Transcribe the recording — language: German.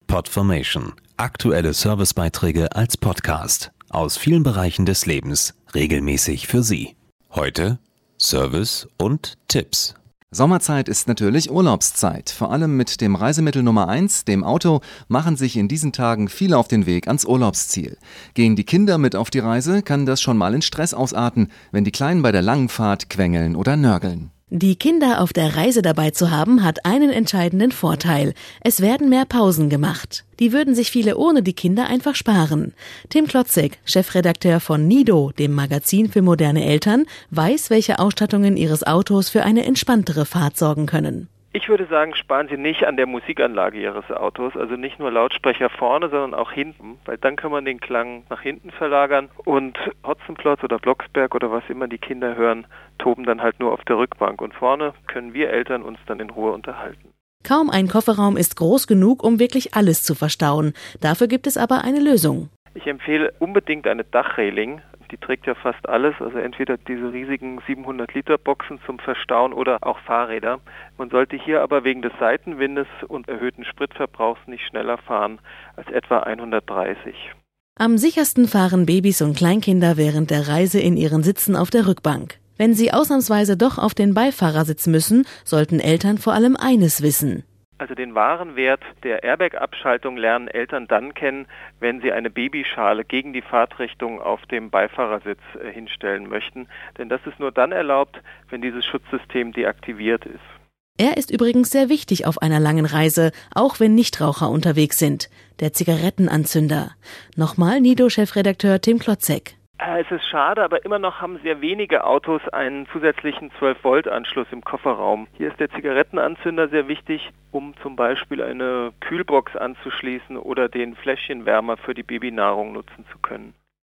Podformation. Aktuelle Servicebeiträge als Podcast aus vielen Bereichen des Lebens, regelmäßig für Sie. Heute Service und Tipps. Sommerzeit ist natürlich Urlaubszeit. Vor allem mit dem Reisemittel Nummer 1, dem Auto, machen sich in diesen Tagen viele auf den Weg ans Urlaubsziel. Gehen die Kinder mit auf die Reise, kann das schon mal in Stress ausarten, wenn die Kleinen bei der langen Fahrt quengeln oder nörgeln. Die Kinder auf der Reise dabei zu haben, hat einen entscheidenden Vorteil. Es werden mehr Pausen gemacht. Die würden sich viele ohne die Kinder einfach sparen. Tim Klotzek, Chefredakteur von Nido, dem Magazin für moderne Eltern, weiß, welche Ausstattungen ihres Autos für eine entspanntere Fahrt sorgen können. Ich würde sagen, sparen Sie nicht an der Musikanlage Ihres Autos, also nicht nur Lautsprecher vorne, sondern auch hinten, weil dann kann man den Klang nach hinten verlagern und Hotzenplotz oder Blocksberg oder was immer die Kinder hören, toben dann halt nur auf der Rückbank und vorne können wir Eltern uns dann in Ruhe unterhalten. Kaum ein Kofferraum ist groß genug, um wirklich alles zu verstauen. Dafür gibt es aber eine Lösung. Ich empfehle unbedingt eine Dachreling. Die trägt ja fast alles, also entweder diese riesigen 700-Liter-Boxen zum Verstauen oder auch Fahrräder. Man sollte hier aber wegen des Seitenwindes und erhöhten Spritverbrauchs nicht schneller fahren als etwa 130. Am sichersten fahren Babys und Kleinkinder während der Reise in ihren Sitzen auf der Rückbank. Wenn sie ausnahmsweise doch auf den Beifahrersitz müssen, sollten Eltern vor allem eines wissen. Also den wahren Wert der Airbag-Abschaltung lernen Eltern dann kennen, wenn sie eine Babyschale gegen die Fahrtrichtung auf dem Beifahrersitz hinstellen möchten. Denn das ist nur dann erlaubt, wenn dieses Schutzsystem deaktiviert ist. Er ist übrigens sehr wichtig auf einer langen Reise, auch wenn Nichtraucher unterwegs sind. Der Zigarettenanzünder. Nochmal Nido-Chefredakteur Tim Klotzek. Es ist schade, aber immer noch haben sehr wenige Autos einen zusätzlichen 12-Volt-Anschluss im Kofferraum. Hier ist der Zigarettenanzünder sehr wichtig, um zum Beispiel eine Kühlbox anzuschließen oder den Fläschchenwärmer für die Babynahrung nutzen zu können.